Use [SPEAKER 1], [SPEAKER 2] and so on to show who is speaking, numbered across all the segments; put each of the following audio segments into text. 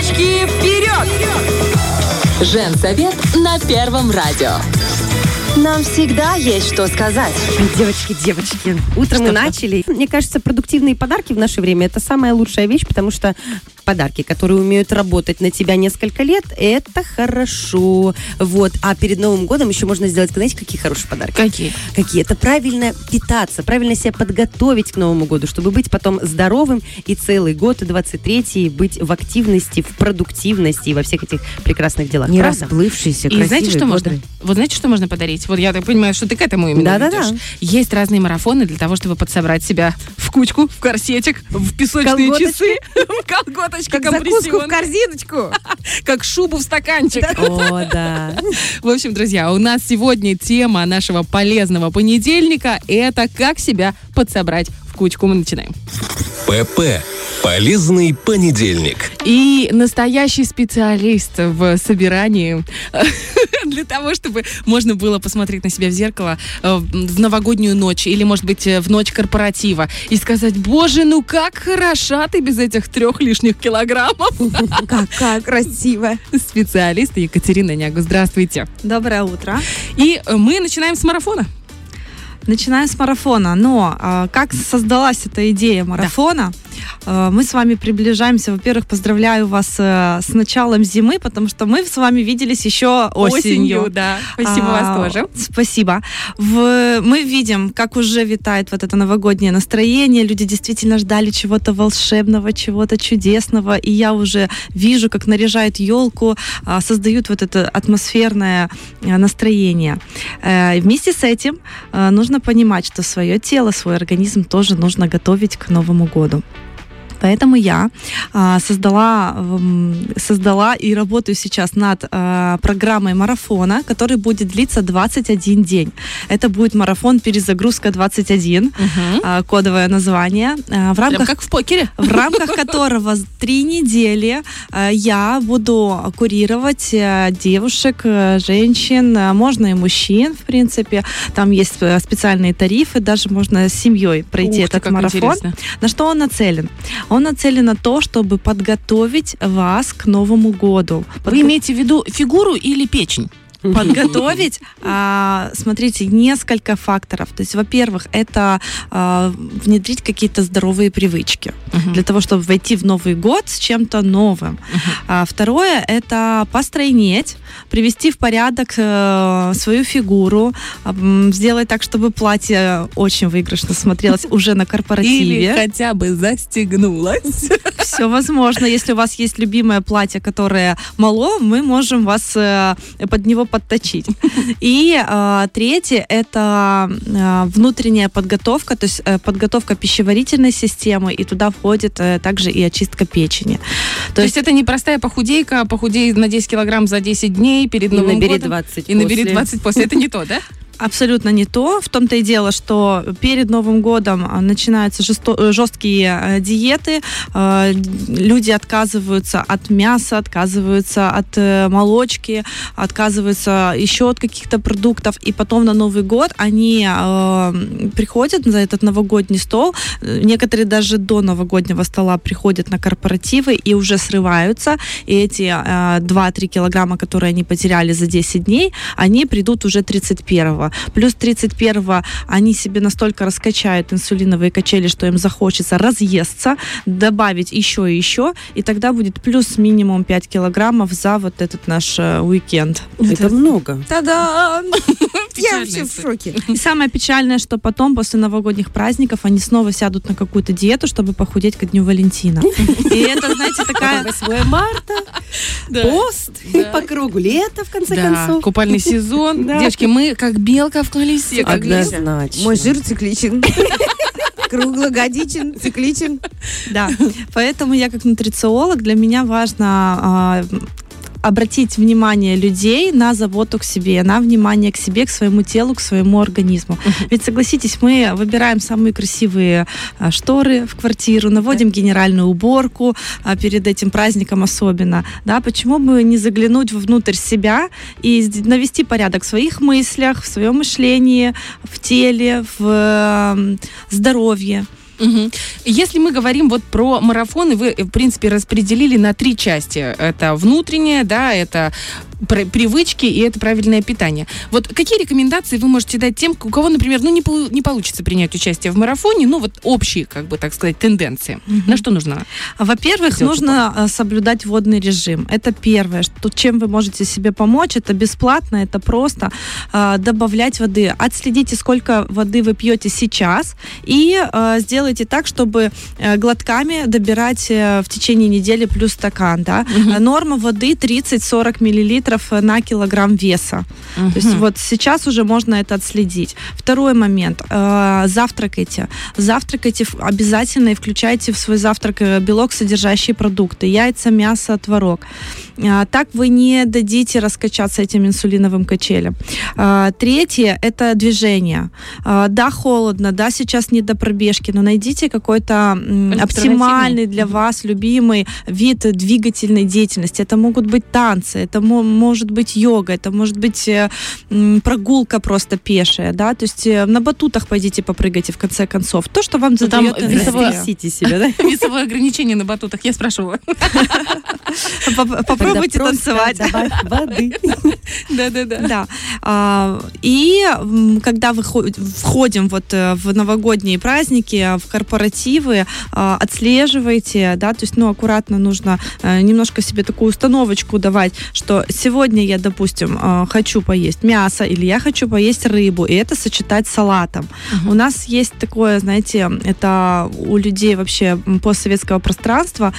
[SPEAKER 1] Девочки, вперед!
[SPEAKER 2] Женсовет на Первом радио.
[SPEAKER 3] Нам всегда есть что сказать.
[SPEAKER 4] Девочки, утром мы начали. Мне кажется, продуктивные подарки в наше время – это самая лучшая вещь, потому что подарки, которые умеют работать на тебя несколько лет, это хорошо. Вот. А перед Новым годом еще можно сделать, знаете, какие хорошие подарки? Какие? Это правильно питаться, правильно себя подготовить к Новому году, чтобы быть потом здоровым и целый год, 23-й, быть в активности, в продуктивности и во всех этих прекрасных делах.
[SPEAKER 3] Не
[SPEAKER 4] правда?
[SPEAKER 3] расплывшиеся,
[SPEAKER 5] И знаете, что
[SPEAKER 3] бодрые.
[SPEAKER 5] можно? Вот знаете, что можно подарить? Вот я так понимаю, что ты к этому именно
[SPEAKER 4] Да-да-да.
[SPEAKER 5] ведешь. Есть разные марафоны для того, чтобы подсобрать себя в кучку, в корсетик, в песочные часы, в колготочки
[SPEAKER 3] Как закуску в
[SPEAKER 5] компрессионные,
[SPEAKER 3] корзиночку.
[SPEAKER 5] как шубу в стаканчик.
[SPEAKER 4] О, да.
[SPEAKER 5] В общем, друзья, у нас сегодня тема нашего полезного понедельника – это как себя подсобрать в кучку. Мы начинаем.
[SPEAKER 6] ПП. Полезный понедельник.
[SPEAKER 5] И настоящий специалист в собирании для того, чтобы можно было посмотреть на себя в зеркало в новогоднюю ночь или, может быть, в ночь корпоратива и сказать: боже, ну как хороша ты без этих 3 лишних килограммов.
[SPEAKER 3] Какая красивая.
[SPEAKER 5] Специалист Екатерина Нягу. Здравствуйте.
[SPEAKER 7] Доброе утро.
[SPEAKER 5] И мы начинаем с марафона.
[SPEAKER 7] Начинаем с марафона. Но как создалась эта идея марафона? Мы с вами приближаемся. Во-первых, поздравляю вас с началом зимы, потому что мы с вами виделись еще осенью.
[SPEAKER 5] Да. Спасибо вас тоже.
[SPEAKER 7] Спасибо. Мы видим, как уже витает вот это новогоднее настроение. Люди действительно ждали чего-то волшебного, чего-то чудесного. И я уже вижу, как наряжают елку, создают вот это атмосферное настроение. Вместе с этим нужно понимать, что свое тело, свой организм тоже нужно готовить к Новому году. Поэтому я создала и работаю сейчас над программой марафона, который будет длиться 21 день. Это будет марафон «Перезагрузка 21», кодовое название.
[SPEAKER 5] Прям как в покере.
[SPEAKER 7] В рамках которого 3 недели я буду курировать девушек, женщин, можно и мужчин, в принципе. Там есть специальные тарифы, даже можно с семьей пройти этот марафон.
[SPEAKER 5] Интересно.
[SPEAKER 7] На что он нацелен? Он нацелен на то, чтобы подготовить вас к Новому году.
[SPEAKER 5] Вы имеете в виду фигуру или печень?
[SPEAKER 7] Подготовить, смотрите, несколько факторов. То есть, во-первых, это внедрить какие-то здоровые привычки для того, чтобы войти в Новый год с чем-то новым. Второе, это постройнеть, привести в порядок свою фигуру, сделать так, чтобы платье очень выигрышно смотрелось уже на корпоративе.
[SPEAKER 5] Или хотя бы застегнулась.
[SPEAKER 7] Все возможно. Если у вас есть любимое платье, которое мало, мы можем вас под него подточить. И третье – это внутренняя подготовка, то есть подготовка пищеварительной системы, и туда входит также и очистка печени.
[SPEAKER 5] То есть это не простая похудейка, похудей на 10 килограмм за 10 дней перед Новым
[SPEAKER 4] набери
[SPEAKER 5] годом.
[SPEAKER 4] 20
[SPEAKER 5] и набери 20 после. Это не то, да?
[SPEAKER 7] Абсолютно не то. В том-то и дело, что перед Новым годом начинаются жесткие диеты. Люди отказываются от мяса, отказываются от молочки, отказываются еще от каких-то продуктов. И потом на Новый год они приходят за этот новогодний стол. Некоторые даже до новогоднего стола приходят на корпоративы и уже срываются. И эти 2-3 килограмма, которые они потеряли за 10 дней, они придут уже 31-го. Плюс 31-го они себе настолько раскачают инсулиновые качели, что им захочется разъесться, добавить еще и еще, и тогда будет плюс минимум 5 килограммов за вот этот наш уикенд.
[SPEAKER 4] Это много.
[SPEAKER 3] Та-дам! Я
[SPEAKER 5] Печальная
[SPEAKER 3] вообще в
[SPEAKER 5] история.
[SPEAKER 3] шоке.
[SPEAKER 7] И самое печальное, что потом, после новогодних праздников, они снова сядут на какую-то диету, чтобы похудеть ко Дню Валентина. И это, знаете, такая...
[SPEAKER 4] 8 марта, пост, и по кругу лето, в конце
[SPEAKER 5] Да,
[SPEAKER 4] концов.
[SPEAKER 5] купальный сезон.
[SPEAKER 4] Да.
[SPEAKER 5] Девочки, мы как белка в колесе. как лето.
[SPEAKER 4] Однозначно.
[SPEAKER 3] Мой жир цикличен. Круглогодичен, цикличен.
[SPEAKER 7] Да, поэтому я как нутрициолог, для меня важно обратить внимание людей на заботу к себе, на внимание к себе, к своему телу, к своему организму. Ведь, согласитесь, мы выбираем самые красивые шторы в квартиру, наводим генеральную уборку перед этим праздником особенно. Да, почему бы не заглянуть внутрь себя и навести порядок в своих мыслях, в своем мышлении, в теле, в здоровье.
[SPEAKER 5] Мгм. Если мы говорим вот про марафоны, вы, в принципе, распределили на 3 части. Это внутреннее, да, это привычки и это правильное питание. Вот какие рекомендации вы можете дать тем, у кого, например, не получится принять участие в марафоне, ну вот общие, как бы так сказать, тенденции? На что нужно?
[SPEAKER 7] Во-первых,
[SPEAKER 5] Сделать
[SPEAKER 7] нужно соблюдать водный режим. Это первое, чем вы можете себе помочь. Это бесплатно, это просто добавлять воды. Отследите, сколько воды вы пьете сейчас, и сделайте так, чтобы глотками добирать в течение недели плюс стакан. Да? Норма воды 30-40 миллилитров на килограмм веса. То есть вот сейчас уже можно это отследить. Второй момент. Завтракайте. Завтракайте обязательно и включайте в свой завтрак белок-содержащие продукты. Яйца, мясо, творог. Так вы не дадите раскачаться этим инсулиновым качелям. Третье – это движение. Да, холодно, да, сейчас не до пробежки, но найдите какой-то оптимальный для вас любимый вид двигательной деятельности. Это могут быть танцы, это может быть йога, это может быть прогулка просто пешая, да, то есть на батутах пойдите попрыгайте в конце концов. То, что вам задает
[SPEAKER 4] Весите себя, да?
[SPEAKER 5] Весовое ограничение на батутах, я спрашивала.
[SPEAKER 7] Попробуйте танцевать.
[SPEAKER 4] Воды.
[SPEAKER 5] Да.
[SPEAKER 7] И когда вы входим вот в новогодние праздники, в корпоративы, отслеживайте, да, то есть, аккуратно нужно немножко себе такую установочку давать, что сегодня я, допустим, хочу поесть мясо или я хочу поесть рыбу, и это сочетать с салатом. У нас есть такое, знаете, это у людей вообще постсоветского пространства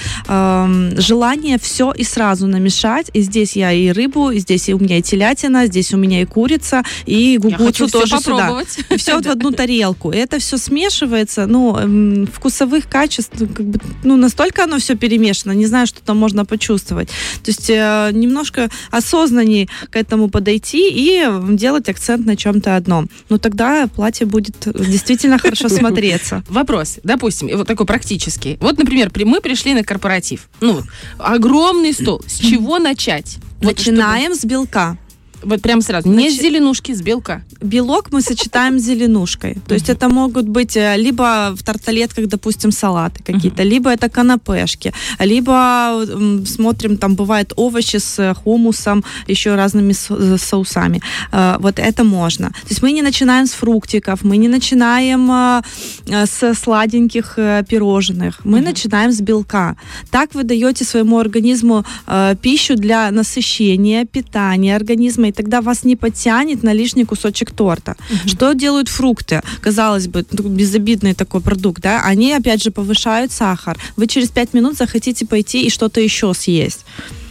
[SPEAKER 7] желание все и сразу намешать, и здесь я и рыбу, и здесь и у меня и телятина, здесь у меня и курица, и гугуцу тоже сюда. И все в одну тарелку. И это все смешивается, вкусовых качеств, настолько оно все перемешано, не знаю, что там можно почувствовать. То есть немножко осознаннее к этому подойти и делать акцент на чем-то одном. Тогда платье будет действительно хорошо смотреться.
[SPEAKER 5] Вопрос, допустим, вот такой практический. Вот, например, мы пришли на корпоратив. Огромный стол. С чего начать?
[SPEAKER 7] Начинаем с белка.
[SPEAKER 5] Вот прям сразу. Не с зеленушки, с белка.
[SPEAKER 7] Белок мы сочетаем с зеленушкой. То есть это могут быть либо в тарталетках, допустим, салаты какие-то, либо это канапешки, либо смотрим, там бывают овощи с хумусом, еще разными соусами. Вот это можно. То есть мы не начинаем с фруктиков, мы не начинаем с сладеньких пирожных, мы начинаем с белка. Так вы даете своему организму пищу для насыщения, питания организма, и тогда вас не подтянет на лишний кусочек торта. Что делают фрукты? Казалось бы, безобидный такой продукт, да? Они, опять же, повышают сахар. Вы через 5 минут захотите пойти и что-то еще съесть.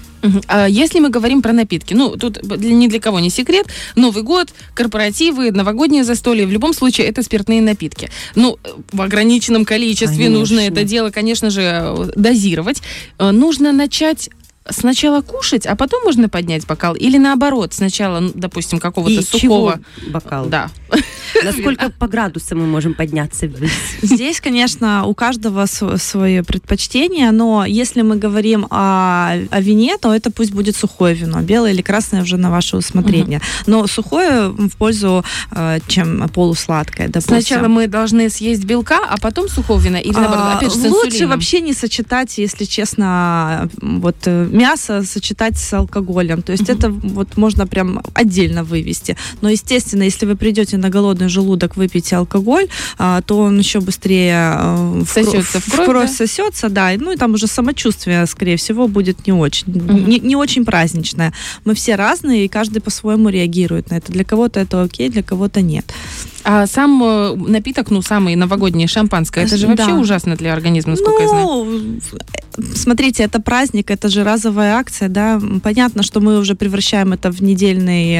[SPEAKER 5] Если мы говорим про напитки, тут ни для кого не секрет, Новый год, корпоративы, новогодние застолья, в любом случае это спиртные напитки. В ограниченном количестве нужно это дело, конечно же, дозировать. Нужно начать сначала кушать, а потом можно поднять бокал? Или наоборот, сначала, допустим, какого-то сухого...
[SPEAKER 4] бокал?
[SPEAKER 5] Да.
[SPEAKER 4] Насколько по градусам мы можем подняться ввысь?
[SPEAKER 7] Здесь, конечно, у каждого свое предпочтение, но если мы говорим о вине, то это пусть будет сухое вино. Белое или красное уже на ваше усмотрение. Но сухое в пользу, чем полусладкое, допустим.
[SPEAKER 5] Сначала мы должны съесть белка, а потом сухого вина? Или наоборот, опять же, с инсулином?
[SPEAKER 7] Лучше вообще не сочетать, если честно, мясо сочетать с алкоголем. То есть это можно прям отдельно вывести. Но, естественно, если вы придете на голодный желудок, выпьете алкоголь, то он еще быстрее
[SPEAKER 5] сосется в кровь,
[SPEAKER 7] сосется, да. И там уже самочувствие, скорее всего, будет не очень, не очень праздничное. Мы все разные, и каждый по-своему реагирует на это. Для кого-то это окей, для кого-то нет.
[SPEAKER 5] А сам напиток, самый новогодний, шампанское, это же вообще ужасно для организма, насколько я знаю.
[SPEAKER 7] Смотрите, это праздник, это же разовая акция, да. Понятно, что мы уже превращаем это в недельный...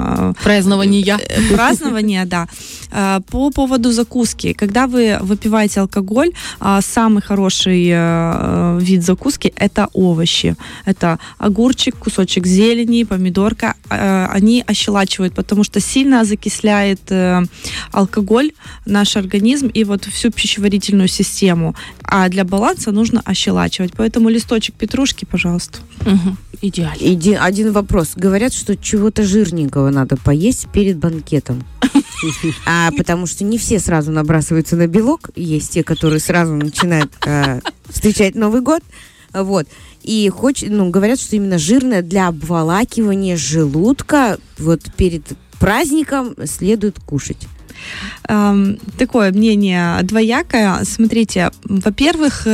[SPEAKER 7] Празднование, да. По поводу закуски. Когда вы выпиваете алкоголь, самый хороший вид закуски – это овощи. Это огурчик, кусочек зелени, помидорка. Они ощелачивают, потому что сильно закисляет алкоголь наш организм и всю пищеварительную систему. А для баланса нужно ощелачивать. Поэтому листочек петрушки, пожалуйста.
[SPEAKER 5] Идеально.
[SPEAKER 3] Один вопрос. Говорят, что чего-то жирненького надо поесть перед банкетом. Потому что не все сразу набрасываются на белок. Есть те, которые сразу начинают встречать Новый год. Вот. И говорят, что именно жирное для обволакивания желудка вот перед праздником следует кушать.
[SPEAKER 7] Такое мнение двоякое. Смотрите, во-первых,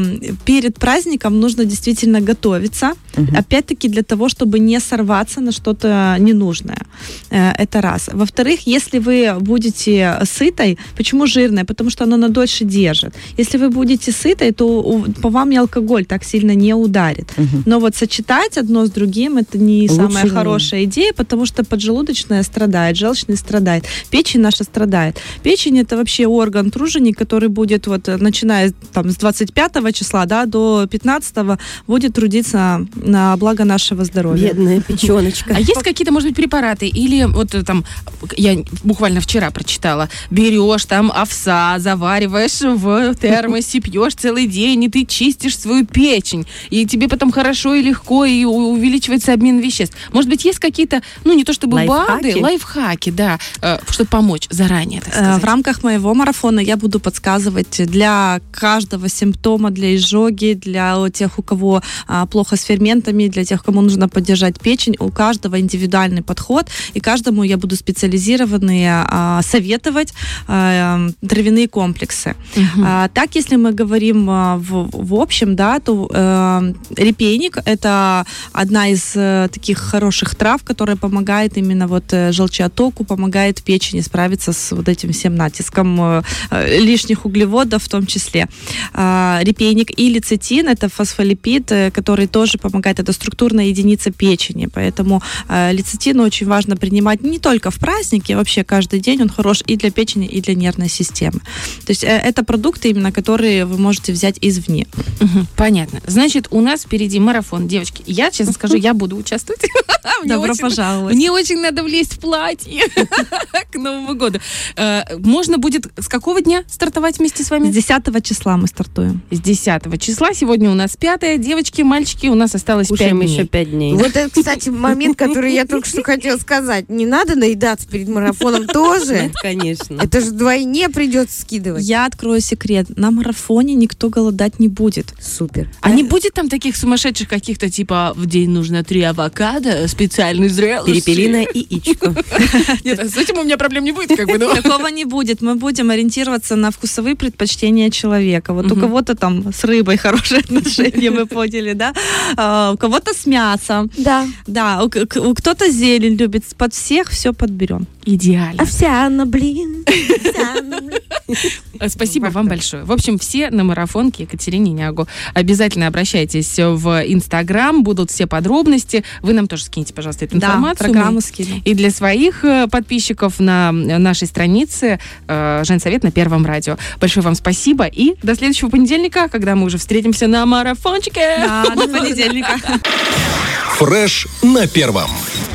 [SPEAKER 7] перед праздником нужно действительно готовиться, опять-таки для того, чтобы не сорваться на что-то ненужное. Это раз. Во-вторых, если вы будете сытой, почему жирное? Потому что оно надольше держит. Если вы будете сытой, то по вам и алкоголь так сильно не ударит. Но вот сочетать одно с другим это не
[SPEAKER 3] Лучше
[SPEAKER 7] самая
[SPEAKER 3] не.
[SPEAKER 7] хорошая идея, потому что поджелудочная страдает, желчная страдает, печень наша страдает. Печень это вообще орган труженик, который будет вот начиная там с 25 числа, да, до 15 будет трудиться на благо нашего здоровья.
[SPEAKER 4] Бедная печеночка.
[SPEAKER 5] А есть какие-то, может быть, препараты? Или вот там, я буквально вчера прочитала, берешь там овса, завариваешь в термосе, пьешь целый день, и ты чистишь свою печень. И тебе потом хорошо и легко, и увеличивается обмен веществ. Может быть, есть какие-то, не то чтобы БАДы, лайфхаки, да, чтобы помочь заранее, так сказать.
[SPEAKER 7] В рамках моего марафона я буду подсказывать для каждого симптома, для изжоги, для тех, у кого плохо с ферментами, для тех, кому нужно поддержать печень, у каждого индивидуальный подход, и каждому я буду специализированные советовать травяные комплексы. Так, если мы говорим в общем, да, то репейник – это одна из таких хороших трав, которая помогает именно вот желчеоттоку, помогает печени справиться с вот этим всем натиском лишних углеводов в том числе. Репейник и лецитин – это фосфолипид, который тоже помогает, это структурная единица печени, поэтому лецитин очень важно принимать не только в праздники, вообще каждый день он хорош и для печени, и для нервной системы. То есть это продукты именно, которые вы можете взять извне.
[SPEAKER 5] Понятно. Значит, у нас впереди марафон. Девочки, я, честно скажу, я буду участвовать.
[SPEAKER 7] Добро пожаловать.
[SPEAKER 5] Мне очень надо влезть в платье к Новому году. Можно будет с какого дня стартовать вместе с вами?
[SPEAKER 7] С 10 числа мы стартуем.
[SPEAKER 5] С 10 числа. Сегодня у нас 5. Девочки, мальчики, у нас осталось 5
[SPEAKER 4] Кушаем
[SPEAKER 5] дней.
[SPEAKER 4] еще 5 дней.
[SPEAKER 3] Вот это, кстати, момент, который я только что хотела сказать. Не надо наедаться перед марафоном тоже.
[SPEAKER 4] Нет, конечно.
[SPEAKER 3] Это же вдвойне придется скидывать.
[SPEAKER 7] Я открою секрет. На марафоне никто голодать не будет.
[SPEAKER 3] Супер.
[SPEAKER 5] А не будет там таких сумасшедших каких-то, типа, в день нужно 3 авокадо, специальной зрелости?
[SPEAKER 4] Перепелиное яичко.
[SPEAKER 5] Нет, с этим у меня проблем не будет, как бы, ну.
[SPEAKER 7] Такого не будет. Мы будем ориентироваться на вкусовые предпочтения человека. Вот у кого-то там с рыбой хорошие отношения, мы поняли, да? У кого-то с мясом.
[SPEAKER 3] Да.
[SPEAKER 7] Да, у кто-то зелень любит. Под всех все подберем.
[SPEAKER 5] Идеально.
[SPEAKER 3] Овсяна, блин. Овсяна, блин.
[SPEAKER 5] Спасибо вам большое. В общем, все на марафонке Екатерине Нягу. Обязательно обращайтесь в Инстаграм, будут все подробности. Вы нам тоже скиньте, пожалуйста, эту информацию.
[SPEAKER 7] программу скину.
[SPEAKER 5] И для своих подписчиков на нашей странице Женсовет на Первом радио. Большое вам спасибо и до следующего понедельника, когда мы уже встретимся на марафончике.
[SPEAKER 7] Да, до понедельника.
[SPEAKER 6] Фреш на первом.